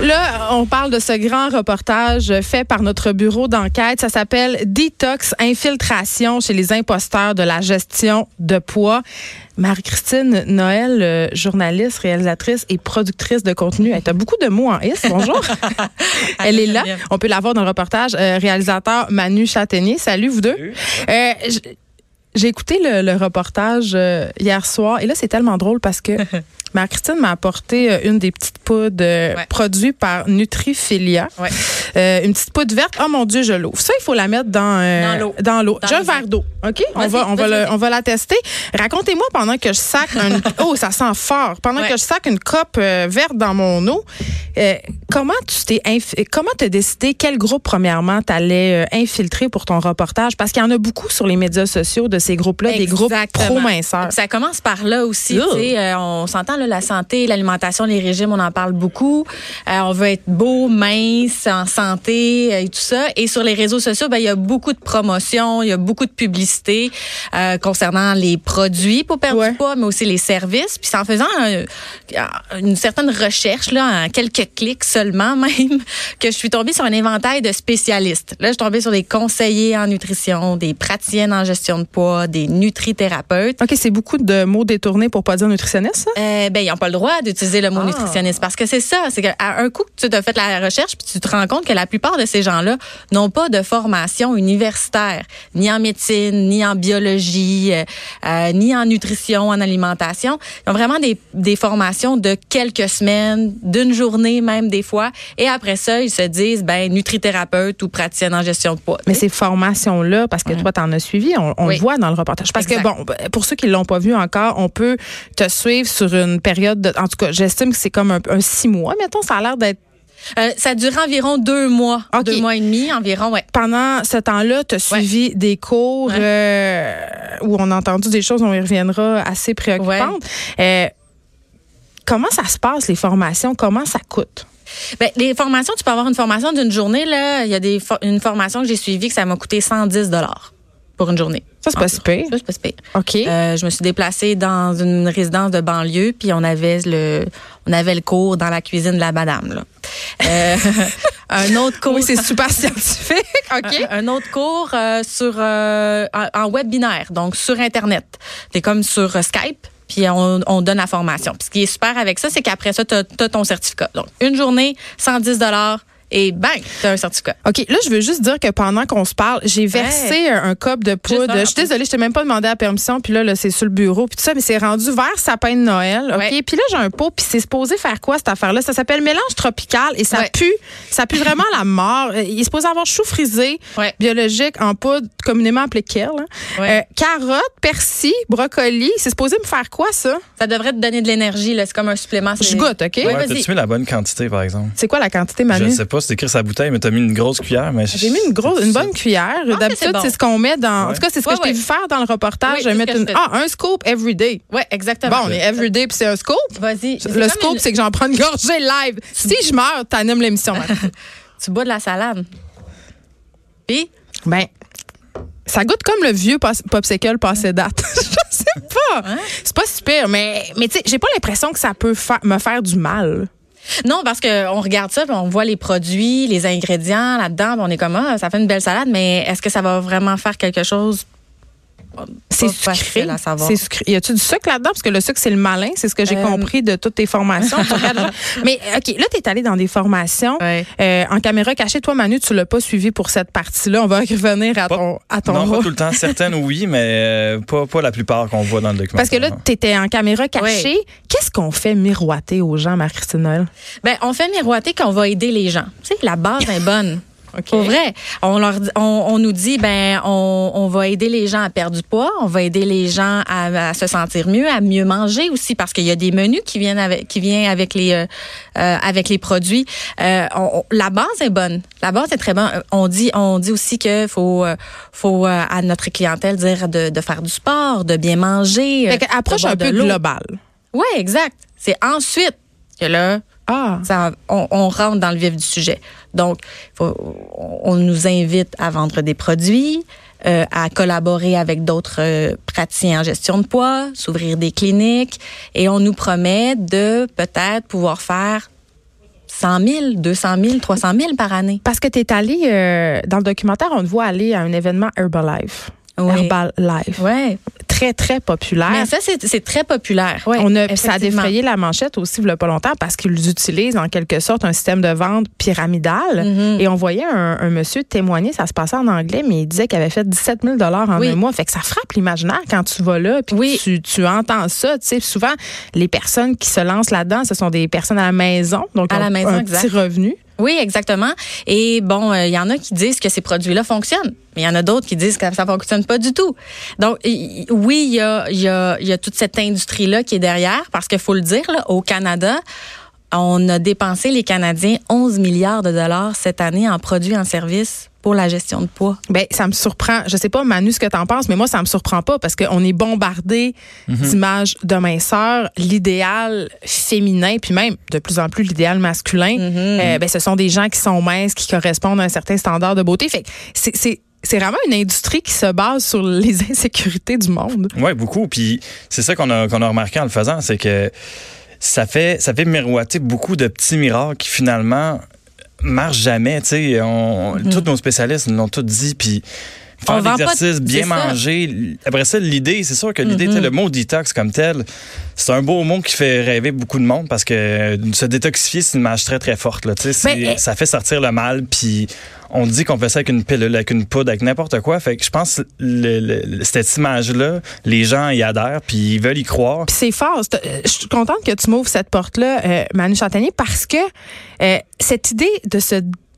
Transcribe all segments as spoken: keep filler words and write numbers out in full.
Là, on parle de ce grand reportage fait par notre bureau d'enquête. Ça s'appelle « Détox, infiltration chez les imposteurs de la gestion de poids ». Marie-Christine Noël, journaliste, réalisatrice et productrice de contenu. Elle a beaucoup de mots en is. Bonjour. Elle est là. On peut la voir dans le reportage. Euh, réalisateur Manu Châtaignier. Salut, vous deux. Euh, j'ai écouté le, le reportage euh, hier soir et là, c'est tellement drôle parce que Marie-Christine m'a apporté une des petites poudres euh, ouais. produites par Nutrifilia. Ouais. Euh, une petite poudre verte. Oh mon Dieu, je l'ouvre. Ça, il faut la mettre dans, euh, dans l'eau. Dans l'eau. J'ai un verre d'eau. OK? On va, on, va le, on va la tester. Racontez-moi pendant que je sac un... Oh, ça sent fort. Pendant ouais. que je sac une coupe euh, verte dans mon eau, euh, comment tu t'es inf... comment tu as décidé quel groupe, premièrement, tu allais euh, infiltrer pour ton reportage? Parce qu'il y en a beaucoup sur les médias sociaux de ces groupes-là, Exactement. Des groupes pro-minceurs. Ça commence par là aussi. Oh. Euh, on s'entend, là, la santé, l'alimentation, les régimes, on en parle beaucoup. Euh, on veut être beau, mince, en santé euh, et tout ça. Et sur les réseaux sociaux, ben il y a beaucoup de promotions, il y a beaucoup de publicité euh, concernant les produits pour perdre ouais. du poids, mais aussi les services. Puis c'est en faisant un, une certaine recherche, là, en quelques clics seulement même, que je suis tombée sur un inventaire de spécialistes. Là, je suis tombée sur des conseillers en nutrition, des praticiennes en gestion de poids, des nutrithérapeutes. OK, c'est beaucoup de mots détournés pour pas dire nutritionniste, ça? Euh, ben, ils n'ont pas le droit d'utiliser le mot ah. nutritionniste parce que c'est ça. C'est qu'à un coup, tu as fait la recherche puis tu te rends compte que la plupart de ces gens-là n'ont pas de formation universitaire, ni en médecine, ni en biologie, euh, ni en nutrition, en alimentation. Ils ont vraiment des, des formations de quelques semaines, d'une journée même des fois. Et après ça, ils se disent, ben, nutrithérapeute ou praticienne en gestion de poids. Mais ces formations-là, parce que mmh. toi, t'en as suivi, on, on oui. le voit dans le reportage. Parce exact. que, bon, pour ceux qui l'ont pas vu encore, on peut te suivre sur une période de, en tout cas, j'estime que c'est comme un, un six mois, mettons, ça a l'air d'être. Euh, ça dure environ deux mois, okay. deux mois et demi environ, ouais. Pendant ce temps-là, tu as suivi ouais. des cours ouais. euh, où on a entendu des choses, on y reviendra, assez préoccupantes. Ouais. Euh, comment ça se passe, les formations? Comment ça coûte? Ben, les formations, tu peux avoir une formation d'une journée, là. Il y a des for- une formation que j'ai suivie que ça m'a coûté cent dix dollars pour une journée. Ça, c'est pas si pire. Ça, c'est pas si pire. OK. Euh, je me suis déplacée dans une résidence de banlieue, puis on avait le, on avait le cours dans la cuisine de la madame, là. Euh, un autre cours. Oui, c'est super scientifique. OK. Un, un autre cours euh, sur, euh, en, en webinaire, donc sur Internet. C'est comme sur euh, Skype. Puis on, on donne la formation. Puis ce qui est super avec ça, c'est qu'après ça, tu as ton certificat. Donc, une journée, cent dix dollars. Et bang, tu as un certificat. OK, là, je veux juste dire que pendant qu'on se parle, j'ai versé hey. un, un cup de poudre. Je suis désolée, je t'ai même pas demandé la permission. Puis là, là c'est sur le bureau. Puis tout ça, mais c'est rendu vers sapin de Noël. OK? Ouais. Puis là, j'ai un pot. Puis c'est supposé faire quoi, cette affaire-là? Ça s'appelle mélange tropical et ça ouais. pue. Ça pue vraiment la mort. Il est supposé avoir chou frisé, ouais. biologique, en poudre, communément appelé kale. Ouais. Euh, carottes, persil, brocoli. C'est supposé me faire quoi, ça? Ça devrait te donner de l'énergie. Là. C'est comme un supplément. Je goûte, OK? Ouais, t'as-tu mis la bonne quantité, par exemple? C'est quoi la quantité, Manu? Je sais pas. C'est écrit sur la bouteille, mais t'as mis une grosse cuillère. Mais j'ai mis une grosse, une bonne cuillère. Ah, D'habitude, c'est, bon. c'est ce qu'on met dans. Ouais. En tout cas, c'est ce que ouais, je t'ai ouais. vu faire dans le reportage. Oui, je vais mettre une. Ah, un scoop every day. Oui, exactement. Bon, on est every day puis c'est un scoop. Vas-y. Le scoop, une... c'est que j'en prends une gorgée live. Si je meurs, t'animes l'émission. Tu bois de la salade. Puis? Ben. Ça goûte comme le vieux popsicle passé date. Je sais pas. Hein? C'est pas super, mais, mais tu sais, j'ai pas l'impression que ça peut fa- me faire du mal. Non, parce qu'on regarde ça, puis on voit les produits, les ingrédients là-dedans, puis on est comme, ah, ça fait une belle salade, mais est-ce que ça va vraiment faire quelque chose? C'est sucré. C'est sucré. Y a-tu du sucre là-dedans? Parce que le sucre, c'est le malin. C'est ce que j'ai euh... compris de toutes tes formations. Mais, OK, là, tu es allé dans des formations ouais. euh, en caméra cachée. Toi, Manu, tu l'as pas suivi pour cette partie-là. On va revenir à ton, à ton Non, rôle. Pas tout le temps. Certaines, oui, mais euh, pas, pas la plupart qu'on voit dans le documentaire. Parce que là, tu étais en caméra cachée. Ouais. Qu'est-ce qu'on fait miroiter aux gens, Marie-Christine Noël? Ben, on fait miroiter qu'on va aider les gens. Tu sais, la base est bonne. Okay. Pour vrai, on leur, on, on nous dit ben on, on va aider les gens à perdre du poids, on va aider les gens à, à se sentir mieux, à mieux manger aussi parce qu'il y a des menus qui viennent avec qui viennent avec les euh, euh, avec les produits. Euh, on, on, la base est bonne, la base est très bonne. On dit on dit aussi que faut faut euh, à notre clientèle dire de, de faire du sport, de bien manger. Fait que approche un peu globale. Oui, exact. C'est ensuite que là. Ah. Ça, on, on rentre dans le vif du sujet. Donc, faut, on nous invite à vendre des produits, euh, à collaborer avec d'autres euh, praticiens en gestion de poids, s'ouvrir des cliniques, et on nous promet de peut-être pouvoir faire cent mille, deux cent mille, trois cent mille par année. Parce que tu es allé, euh, dans le documentaire, on te voit aller à un événement Herbalife. Oui. Herbalife. Ouais. Très, très populaire. Mais ça, c'est, c'est très populaire. Ouais, on a, ça a défrayé la manchette aussi, il n'y a pas longtemps, parce qu'ils utilisent en quelque sorte un système de vente pyramidal. Mm-hmm. Et on voyait un, un monsieur témoigner, ça se passait en anglais, mais il disait qu'il avait fait dix-sept mille dollars en oui. un mois. Fait que ça frappe l'imaginaire quand tu vas là, puis oui. tu, tu entends ça. Tu sais, souvent, les personnes qui se lancent là-dedans, ce sont des personnes à la maison, donc à la maison, un exact. Petit revenu. Oui, exactement. Et bon, il euh, y en a qui disent que ces produits-là fonctionnent, mais il y en a d'autres qui disent que ça fonctionne pas du tout. Donc, y, oui, il y a, y, a, y a toute cette industrie-là qui est derrière, parce qu'il faut le dire, là, au Canada, on a dépensé, les Canadiens, onze milliards de dollars cette année en produits et en services pour la gestion de poids. Ben, ça me surprend. Je sais pas, Manu, ce que t'en penses, mais moi, ça me surprend pas parce qu'on est bombardé mm-hmm. d'images de minceur, l'idéal féminin, puis même de plus en plus l'idéal masculin. Mm-hmm. Euh, ben, ce sont des gens qui sont minces, qui correspondent à un certain standard de beauté. Fait que c'est, c'est C'est vraiment une industrie qui se base sur les insécurités du monde. Oui, beaucoup. Puis c'est ça qu'on a, qu'on a remarqué en le faisant, c'est que ça fait, ça fait miroiter beaucoup de petits miracles qui finalement marchent jamais. Tu sais, on, mm. tous nos spécialistes l'ont tout dit. Puis faire l'exercice, bien manger. Ça. Après ça, l'idée, c'est sûr que l'idée, mm-hmm. le mot détox comme tel, c'est un beau mot qui fait rêver beaucoup de monde parce que se détoxifier, c'est une image très, très forte. Là. Ben, ça fait sortir le mal, puis on dit qu'on fait ça avec une pilule, avec une poudre, avec n'importe quoi. Fait que je pense que le, le, cette image-là, les gens y adhèrent, puis ils veulent y croire. Puis c'est fort. Je suis contente que tu m'ouvres cette porte-là, euh, Manu Chantanier, parce que euh, cette idée de se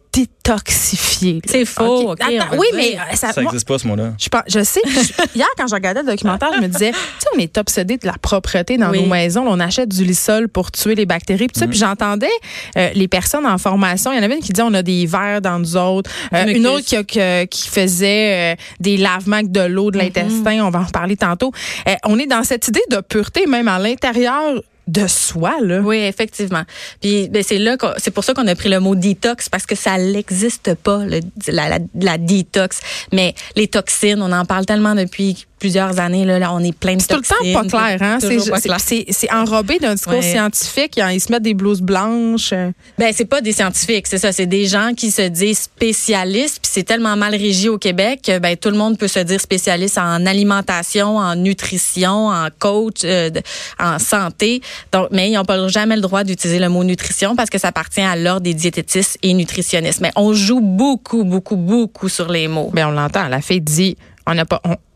détoxifier. C'est faux. Okay. Attends, oui, mais ça, ça existe pas, ce mot-là. Je, pense, je sais. Je, hier, quand je regardais le documentaire, je me disais, tu sais, on est obsédé de la propreté dans oui. nos maisons. On achète du Lysol pour tuer les bactéries. Puis, mm-hmm. puis j'entendais euh, les personnes en formation. Il y en avait une qui disait, on a des vers dans nous autres. Euh, une autre qui, qui, qui faisait euh, des lavements avec de l'eau, de l'intestin. Mm-hmm. On va en reparler tantôt. Euh, on est dans cette idée de pureté, même à l'intérieur de soi, là. Oui, effectivement. Puis ben, c'est là, c'est pour ça qu'on a pris le mot détox, parce que ça n'existe pas, le, la, la, la détox. Mais les toxines, on en parle tellement depuis plusieurs années, là, là on est plein de c'est toxines. C'est tout le temps pas clair, hein? C'est, pas clair. C'est, c'est enrobé d'un discours ouais. scientifique. Ils se mettent des blouses blanches. Ben, c'est pas des scientifiques, c'est ça. C'est des gens qui se disent spécialistes, puis c'est tellement mal régi au Québec que ben, tout le monde peut se dire spécialiste en alimentation, en nutrition, en coach, euh, en santé. Donc, mais ils n'ont pas jamais le droit d'utiliser le mot nutrition parce que ça appartient à l'ordre des diététistes et nutritionnistes. Mais on joue beaucoup, beaucoup, beaucoup sur les mots. Ben, on l'entend. La fille dit, on n'a pas... On...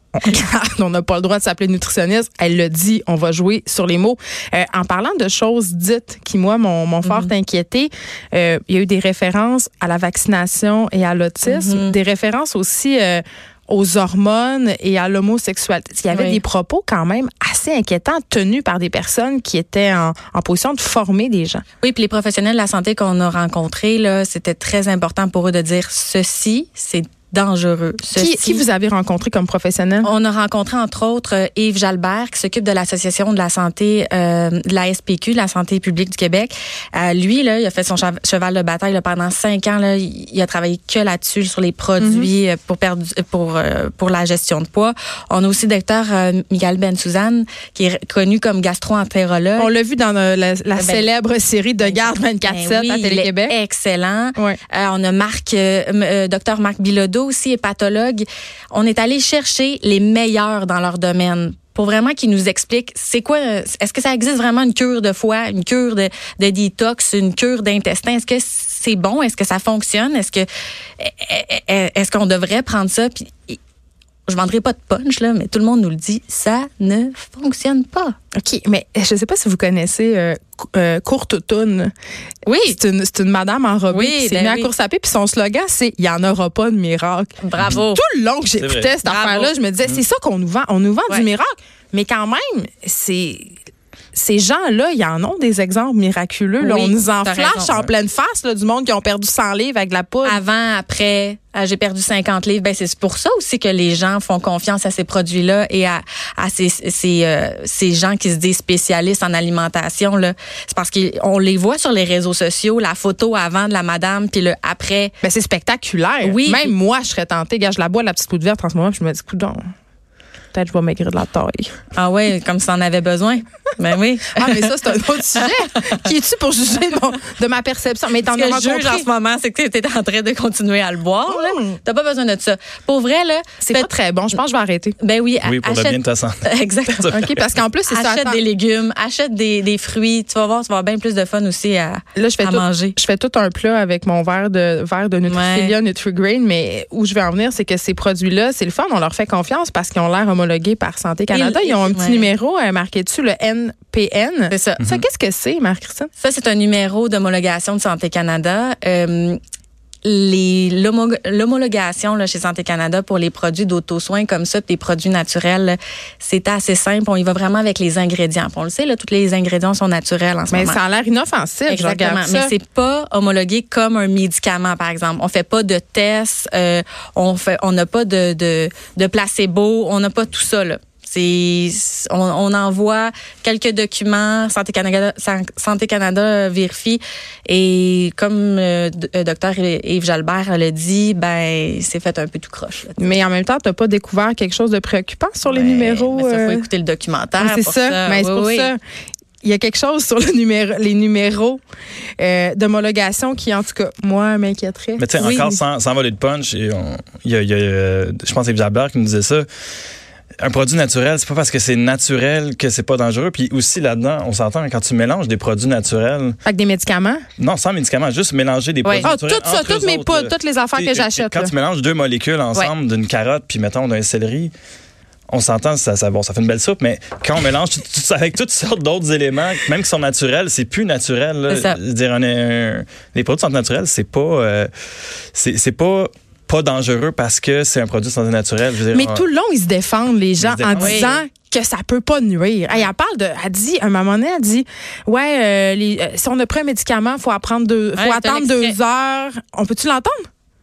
On n'a pas le droit de s'appeler nutritionniste. Elle le dit, on va jouer sur les mots. Euh, en parlant de choses dites qui, moi, m'ont, m'ont fort mm-hmm. inquiété, euh, il y a eu des références à la vaccination et à l'autisme, mm-hmm. des références aussi euh, aux hormones et à l'homosexualité. Il y avait oui. des propos quand même assez inquiétants tenus par des personnes qui étaient en, en position de former des gens. Oui, puis les professionnels de la santé qu'on a rencontrés, là, c'était très important pour eux de dire ceci, c'est dangereux. Qui, qui vous avez rencontré comme professionnel? On a rencontré, entre autres, euh, Yves Jalbert, qui s'occupe de l'Association de la santé, euh, de la S P Q, de la santé publique du Québec. Euh, lui, là, il a fait son cheval de bataille là, pendant cinq ans. Là, il a travaillé que là-dessus, sur les produits mm-hmm. pour, perdre, pour, euh, pour la gestion de poids. On a aussi le docteur euh, Miguel Ben-Suzanne, qui est connu comme gastro-entérologue. On l'a vu dans euh, la, la ben, célèbre série de Garde vingt-quatre sept ben oui, à Télé-Québec. Excellent. Ouais. Euh, on a Marc, euh, euh, docteur Marc Bilodeau aussi, hépatologue. On est allé chercher les meilleurs dans leur domaine pour vraiment qu'ils nous expliquent c'est quoi, est-ce que ça existe vraiment une cure de foie, une cure de, de détox, une cure d'intestin? Est-ce que c'est bon? Est-ce que ça fonctionne? Est-ce que est-ce qu'on devrait prendre ça? Puis, je vendrai pas de punch, là, mais tout le monde nous le dit, ça ne fonctionne pas. OK, mais je sais pas si vous connaissez euh, euh, Courte Toune. Oui. C'est une, c'est une madame enrobée oui, qui s'est ben mise oui. à course à pied, puis son slogan, c'est « Il n'y en aura pas de miracle ». Bravo. Puis tout le long que j'écoutais cette Bravo. affaire-là, je me disais, mmh. c'est ça qu'on nous vend. On nous vend ouais. du miracle. Mais quand même, c'est... Ces gens-là, ils en ont des exemples miraculeux. Là. Oui, on nous en flash raison. En pleine face là, du monde qui ont perdu cent livres avec de la poudre. Avant, après, euh, j'ai perdu cinquante livres. Ben, c'est pour ça aussi que les gens font confiance à ces produits-là et à, à ces, ces, euh, ces gens qui se disent spécialistes en alimentation. Là. C'est parce qu'on les voit sur les réseaux sociaux, la photo avant de la madame, puis le après. Ben, c'est spectaculaire. Oui. Même moi, je serais tentée. Gars, je la bois, la petite poudre verte en ce moment, puis je me dis, coudonc. peut-être je vais maigrir de la taille. Ah oui, comme si t'en avais besoin. Ben oui. Ah, mais ça, c'est un autre sujet. Qui es-tu pour juger mon, de ma perception? Mais t'en Ce as que je rencontré. juge en ce moment, c'est que tu es en train de continuer à le boire. Mmh. Là. T'as pas besoin de ça. Pour vrai, là. C'est fait- pas très bon. Je pense que je vais arrêter. Ben oui, Oui, pour le achète. bien de ta santé. Exactement. OK, parce qu'en plus, c'est ça. Achète attends. des légumes, achète des, des fruits. Tu vas voir, tu vas avoir bien plus de fun aussi à, Là, je fais à tout, manger. je fais tout un plat avec mon verre de verre de Nutrifilia, Ouais. Nutrigrain, mais où je vais en venir, c'est que ces produits-là, c'est le fun, on leur fait confiance parce qu'ils ont l'air homologués par Santé Canada. Ils- Ils ont un petit ouais. numéro euh, marqué dessus, le N P N. C'est ça. Ça, qu'est-ce que c'est, Marie-Christine? Ça, c'est un numéro d'homologation de Santé Canada. Euh, les, l'homo- l'homologation là, chez Santé Canada pour les produits d'auto-soins comme ça, puis les produits naturels, là, c'est assez simple. On y va vraiment avec les ingrédients. Puis on le sait, là, tous les ingrédients sont naturels en ce Mais moment. ça a l'air inoffensif. Je Exactement. regarde Mais ça. c'est pas homologué comme un médicament, par exemple. On fait pas de tests, euh, on fait, on n'a pas de, de, de placebo, on n'a pas tout ça, là. C'est, on, on envoie quelques documents, Santé Canada, Santé Canada vérifie, et comme euh, docteur Yves Jalbert l'a dit, ben c'est fait un peu tout croche. Là. Mais en même temps, tu n'as pas découvert quelque chose de préoccupant sur les Ouais, numéros. mais ça, faut euh, écouter le documentaire. Ah, c'est pour ça. ça. Mais c'est Oui, pour oui. ça. Il y a quelque chose sur le numéro, les numéros euh, d'homologation qui, en tout cas, moi, m'inquiéterait. Mais tu sais, Oui. encore sans, sans voler de punch, et on- il y a, il y a, euh, je pense que c'est Jalbert qui nous disait ça. Un produit naturel, c'est pas parce que c'est naturel que c'est pas dangereux. Puis aussi là-dedans, on s'entend quand tu mélanges des produits naturels, Avec des médicaments. non sans médicaments, juste mélanger des Ouais. produits Ah, tout naturels. ça, entre toutes eux mes autres, pas, là. toutes les affaires que T'sais, j'achète. Quand là. tu mélanges deux molécules ensemble d'une carotte puis mettons d'un céleri, on s'entend, ça, ça, bon, ça fait une belle soupe, mais quand on mélange tout, tout ça avec toutes sortes d'autres éléments, même qui sont naturels, c'est plus naturel. Là. C'est ça. Je veux dire, un- un- les produits sont naturels, c'est pas, euh, c'est, c'est pas pas dangereux parce que c'est un produit de santé naturelle. Je veux dire, Mais on- tout le long, ils se défendent, les gens, se en défendent. disant que ça peut pas nuire. Hey, elle parle de, elle dit, à un moment donné, elle dit, ouais, euh, les, euh, si on a pris un médicament, faut apprendre deux, faut Ouais, c'est un attendre deux extrait. heures. On peut-tu l'entendre?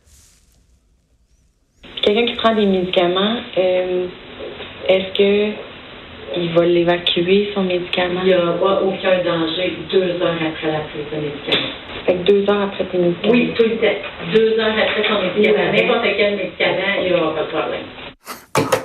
Quelqu'un qui prend des médicaments, euh, est-ce que il va l'évacuer, son médicament? Il n'y aura aucun danger deux heures après la prise de médicament. Fait que deux heures après tes médicaments. Oui, tout le temps. Deux heures après son médicament. N'importe quel médicament, il n'y aura pas de problème.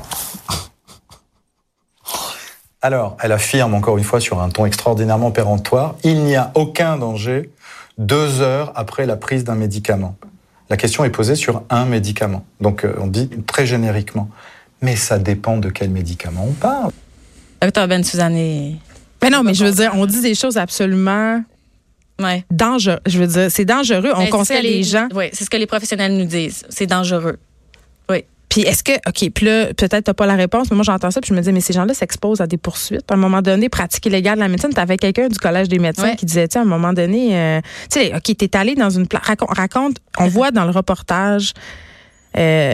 Alors, elle affirme encore une fois sur un ton extraordinairement péremptoire, il n'y a aucun danger deux heures après la prise d'un médicament. La question est posée sur un médicament. Donc, euh, on dit très génériquement. Mais ça dépend de quel médicament on parle. Docteur Ben Suzanne est... Mais non, mais je veux dire, on dit des choses absolument Ouais. dangereuses. Je veux dire, c'est dangereux. On Ben, c'est conseille ce que les gens. Oui, c'est ce que les professionnels nous disent. C'est dangereux. Oui. Puis est-ce que, OK, puis là, peut-être t'as pas la réponse, mais moi j'entends ça, puis je me dis, mais ces gens-là s'exposent à des poursuites. À un moment donné, pratique illégale de la médecine, t'avais quelqu'un du Collège des médecins Ouais. qui disait, tu sais, à un moment donné, euh, tu sais, OK, t'es allé dans une place, raconte, raconte, on voit dans le reportage, euh,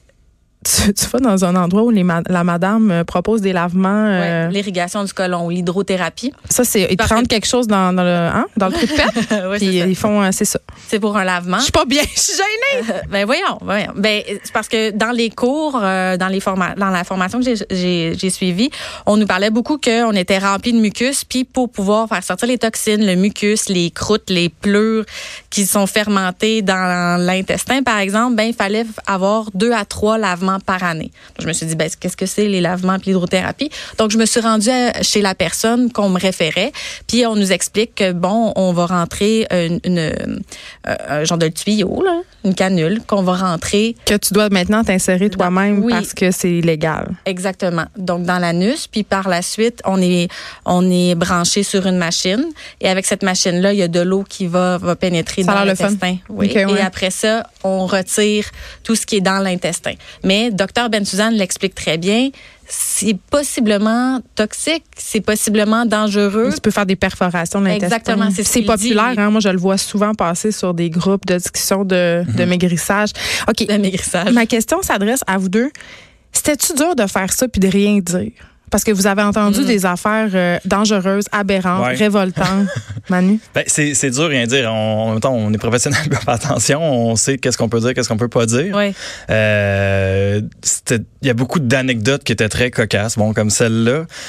tu, tu vas dans un endroit où les ma- la madame euh, propose des lavements. euh, Ouais. L'irrigation du côlon, l'hydrothérapie. Ça, c'est, ils te Parce rentrent que- quelque chose dans, dans le, hein, dans le trou de pète, Oui, puis c'est ça. ils font, euh, c'est ça. C'est pour un lavement. Je suis pas bien, je suis gênée. Euh, ben voyons, voyons. Ben c'est parce que dans les cours, euh, dans les forma- dans la formation que j'ai, j'ai, j'ai suivie, on nous parlait beaucoup qu'on était rempli de mucus, puis pour pouvoir faire sortir les toxines, le mucus, les croûtes, les pleurs qui sont fermentées dans l'intestin, par exemple, ben il fallait avoir deux à trois lavements par année. Je me suis dit, ben qu'est-ce que c'est les lavements puis l'hydrothérapie? Donc je me suis rendue à- chez la personne qu'on me référait, puis on nous explique que bon, on va rentrer une, une, euh, un genre de tuyau là, une canule qu'on va rentrer Que tu dois maintenant t'insérer toi-même oui. parce que c'est illégal. exactement. Donc dans l'anus, puis par la suite, on est on est branché sur une machine et avec cette machine là, il y a de l'eau qui va va pénétrer Ça a dans l'air le fun. l'intestin. Oui. Ok, ouais. Et après ça, on retire tout ce qui est dans l'intestin. Mais docteur Ben Suzanne l'explique très bien, c'est possiblement toxique, c'est possiblement dangereux. Tu peux faire des perforations de l'intestin. Exactement, c'est ce C'est qu'il populaire. dit. Hein? Moi, je le vois souvent passer sur des groupes de discussion de, de maigrissage. OK. Le maigrissage. Ma question s'adresse à vous deux. C'était-tu dur de faire ça puis de rien dire? Parce que vous avez entendu Mm. des affaires euh, dangereuses, aberrantes, Ouais. révoltantes. Manu? Ben, c'est, c'est dur rien dire. On, en même temps, on est professionnel, on fait attention, on sait qu'est-ce qu'on peut dire, qu'est-ce qu'on peut pas dire. Oui. Euh, c'était- il y a beaucoup d'anecdotes qui étaient très cocasses, bon, comme celle-là.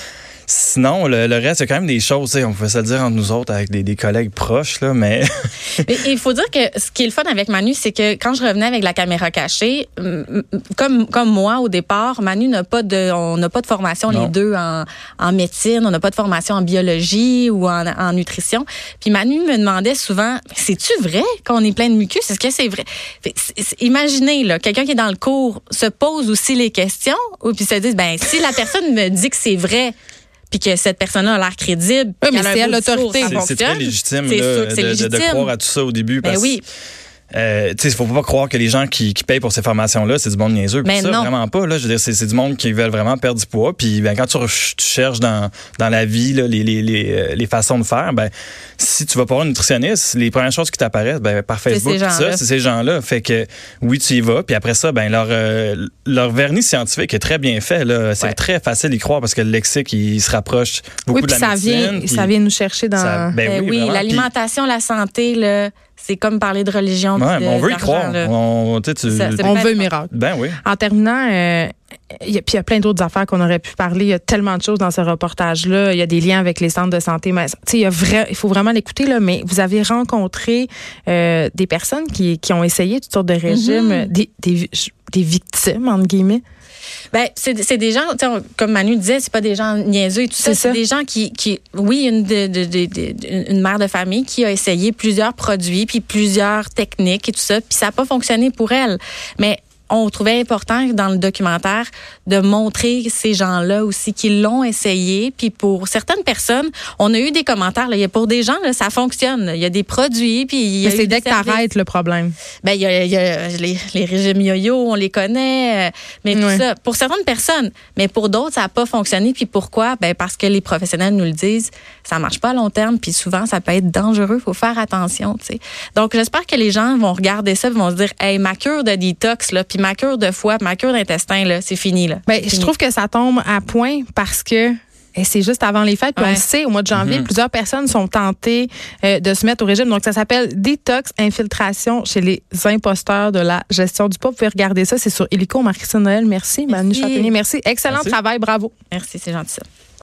sinon, le, le reste, c'est quand même des choses, on pouvait se le dire entre nous autres avec des, des collègues proches, là, mais... mais il faut dire que ce qui est le fun avec Manu, c'est que quand je revenais avec la caméra cachée, comme, comme moi, au départ, Manu n'a pas de, on n'a pas de formation, non. les deux, en, en médecine, on n'a pas de formation en biologie ou en, en nutrition. Puis Manu me demandait souvent, c'est-tu vrai qu'on est plein de mucus? Est-ce que c'est vrai? C'est, c'est, imaginez, là, quelqu'un qui est dans le cours se pose aussi les questions, ou puis se dit, ben si la personne me dit que c'est vrai, puis que cette personne-là a l'air crédible, oui, mais c'est à l'autorité. C'est, c'est très légitime, c'est là, sûr que c'est de, légitime. De, de croire à tout ça au début. Parce... Ben oui. Euh, tu sais, il faut pas croire que les gens qui, qui payent pour ces formations-là, c'est du monde niaiseux. Mais ça, non. Vraiment pas. Là, je veux dire, c'est, c'est du monde qui veulent vraiment perdre du poids. Puis, ben, quand tu, re- tu cherches dans, dans la vie là, les, les, les, les façons de faire, ben, si tu vas pas voir un nutritionniste, les premières choses qui t'apparaissent, ben, par Facebook, c'est, ça, c'est ces gens-là. Fait que, oui, tu y vas. Puis après ça, ben, leur, euh, leur vernis scientifique est très bien fait. Là. C'est ouais. très facile d'y croire parce que le lexique, il se rapproche beaucoup oui, de la ça médecine. Vient, ça vient nous chercher dans... Ça, ben, ben oui, oui l'alimentation, puis... la santé, là... C'est comme parler de religion. Ouais, de, on veut y croire. Là. On, tu, ça, on veut miracle. Ben oui. En terminant, euh, il y a plein d'autres affaires qu'on aurait pu parler. Il y a tellement de choses dans ce reportage-là. Il y a des liens avec les centres de santé. Mais il y a vrai, il faut vraiment l'écouter là. Mais vous avez rencontré euh, des personnes qui, qui ont essayé toutes sortes de régimes, mm-hmm. des, des, des victimes entre guillemets. Ben c'est, c'est des gens, comme Manu disait, c'est pas des gens niaiseux et tout ça, c'est, ça. c'est des gens qui, qui oui, une de, de, de, de, une mère de famille qui a essayé plusieurs produits puis plusieurs techniques et tout ça, puis ça n'a pas fonctionné pour elle. Mais on trouvait important dans le documentaire de montrer ces gens-là aussi qui l'ont essayé. Puis pour certaines personnes, on a eu des commentaires. Là, il y a pour des gens, là, ça fonctionne. Il y a des produits. Puis il y a Mais c'est dès que t'arrêtes le problème. Ben il y a, il y a les, les régimes yo-yo, on les connaît. Mais tout ouais. ça, pour certaines personnes. Mais pour d'autres, ça n'a pas fonctionné. Puis pourquoi? Ben parce que les professionnels nous le disent. Ça marche pas à long terme. Puis souvent, ça peut être dangereux. Il faut faire attention. T'sais. Donc j'espère que les gens vont regarder ça et vont se dire, hey, ma cure de détox, là, puis ma cure de foie, ma cure d'intestin, là, c'est fini. Là. Ben, c'est je fini. trouve que ça tombe à point parce que et c'est juste avant les fêtes. Puis ouais. on le sait, au mois de janvier, mm-hmm. plusieurs personnes sont tentées euh, de se mettre au régime. Donc, ça s'appelle Détox Infiltration chez les imposteurs de la gestion du poids. Vous pouvez regarder ça. C'est sur Illico. Marie-Christine Noël, merci. merci. Manu Châtaignier, merci. Excellent merci. travail. Bravo. Merci, c'est gentil ça.